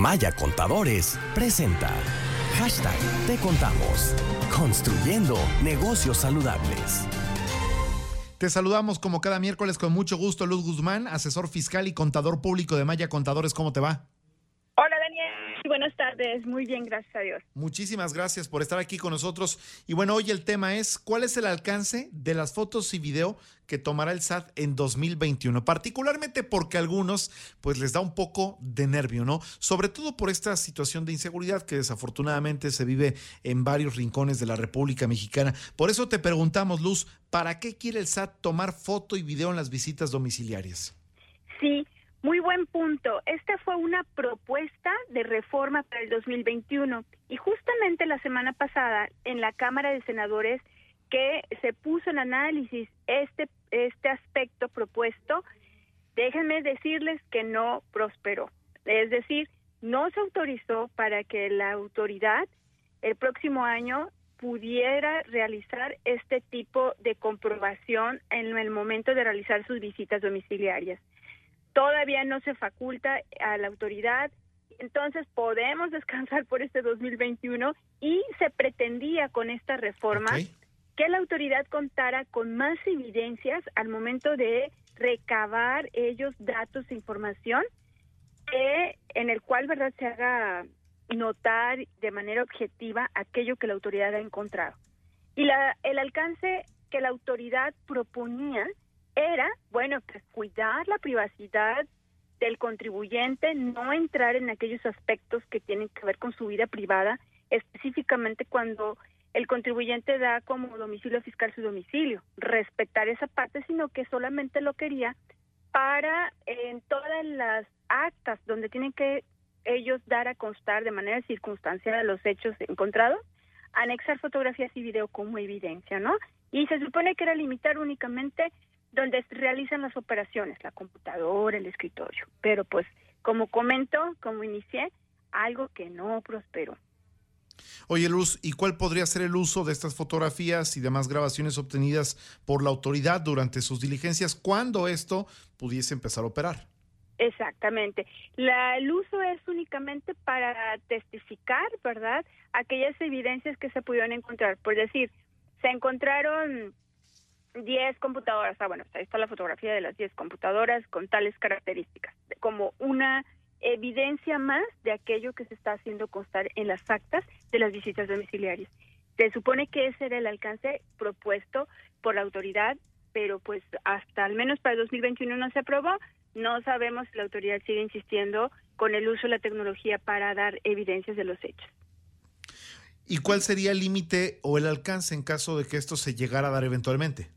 Maya Contadores presenta #Te Contamos, construyendo negocios saludables. Te saludamos como cada miércoles con mucho gusto, Luz Guzmán, asesor fiscal y contador público de Maya Contadores. ¿Cómo te va? Hola, Daniel. Buenas tardes. Muy bien, gracias a Dios. Muchísimas gracias por estar aquí con nosotros. Y bueno, hoy el tema es ¿cuál es el alcance de las fotos y video que tomará el SAT en 2021? Particularmente porque a algunos pues les da un poco de nervio, ¿no? Sobre todo por esta situación de inseguridad que desafortunadamente se vive en varios rincones de la República Mexicana. Por eso te preguntamos, Luz, ¿para qué quiere el SAT tomar foto y video en las visitas domiciliarias? Sí, muy buen punto. Esta fue una propuesta de reforma para el 2021 y justamente la semana pasada en la Cámara de Senadores que se puso en análisis este aspecto propuesto, déjenme decirles que no prosperó. Es decir, no se autorizó para que la autoridad el próximo año pudiera realizar este tipo de comprobación en el momento de realizar sus visitas domiciliarias. Todavía no se faculta a la autoridad, entonces podemos descansar por este 2021 y se pretendía con esta reforma que la autoridad contara con más evidencias al momento de recabar ellos datos e información en el cual, ¿verdad?, se haga notar de manera objetiva aquello que la autoridad ha encontrado. Y el alcance que la autoridad proponía era, bueno, pues cuidar la privacidad del contribuyente, no entrar en aquellos aspectos que tienen que ver con su vida privada, específicamente cuando el contribuyente da como domicilio fiscal su domicilio, respetar esa parte, sino que solamente lo quería para en todas las actas donde tienen que ellos dar a constar de manera circunstancial los hechos encontrados, anexar fotografías y video como evidencia, ¿no? Y se supone que era limitar únicamente donde se realizan las operaciones, la computadora, el escritorio. Pero pues, como comento, como inicié, algo que no prosperó. Oye, Luz, ¿y cuál podría ser el uso de estas fotografías y demás grabaciones obtenidas por la autoridad durante sus diligencias cuando esto pudiese empezar a operar? Exactamente. El uso es únicamente para testificar, ¿verdad?, aquellas evidencias que se pudieron encontrar. Por decir, se encontraron 10 computadoras. Bueno, ahí está la fotografía de las 10 computadoras con tales características, como una evidencia más de aquello que se está haciendo constar en las actas de las visitas domiciliarias. Se supone que ese era el alcance propuesto por la autoridad, pero pues hasta al menos para el 2021 no se aprobó. No sabemos si la autoridad sigue insistiendo con el uso de la tecnología para dar evidencias de los hechos. ¿Y cuál sería el límite o el alcance en caso de que esto se llegara a dar eventualmente?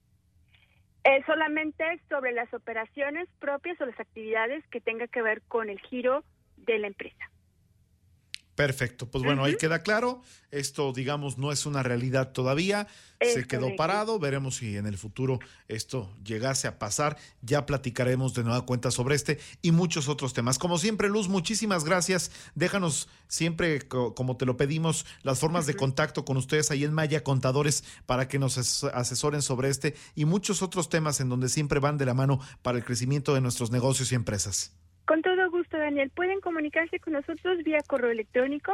Solamente sobre las operaciones propias o las actividades que tenga que ver con el giro de la empresa. Perfecto, pues bueno, ahí queda claro, esto digamos no es una realidad todavía, se quedó parado, veremos si en el futuro esto llegase a pasar, ya platicaremos de nueva cuenta sobre este y muchos otros temas. Como siempre, Luz, muchísimas gracias, déjanos siempre, como te lo pedimos, las formas de contacto con ustedes ahí en Maya Contadores para que nos asesoren sobre este y muchos otros temas en donde siempre van de la mano para el crecimiento de nuestros negocios y empresas. Con todo gusto, Daniel. Pueden comunicarse con nosotros vía correo electrónico,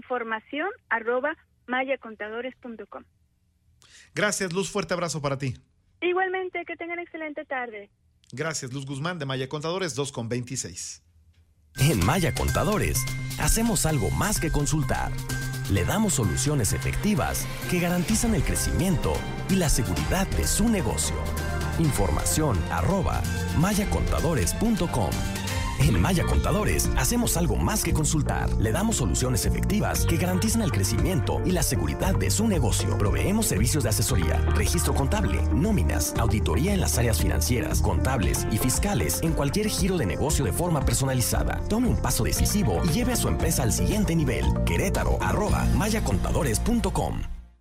información@mayacontadores.com. Gracias, Luz. Fuerte abrazo para ti. Igualmente, que tengan excelente tarde. Gracias, Luz Guzmán de Maya Contadores, 2:26. En Maya Contadores, hacemos algo más que consultar. Le damos soluciones efectivas que garantizan el crecimiento y la seguridad de su negocio. Información @mayacontadores.com. En Maya Contadores, hacemos algo más que consultar. Le damos soluciones efectivas que garantizan el crecimiento y la seguridad de su negocio. Proveemos servicios de asesoría, registro contable, nóminas, auditoría en las áreas financieras, contables y fiscales en cualquier giro de negocio de forma personalizada. Tome un paso decisivo y lleve a su empresa al siguiente nivel. Querétaro @mayacontadores.com.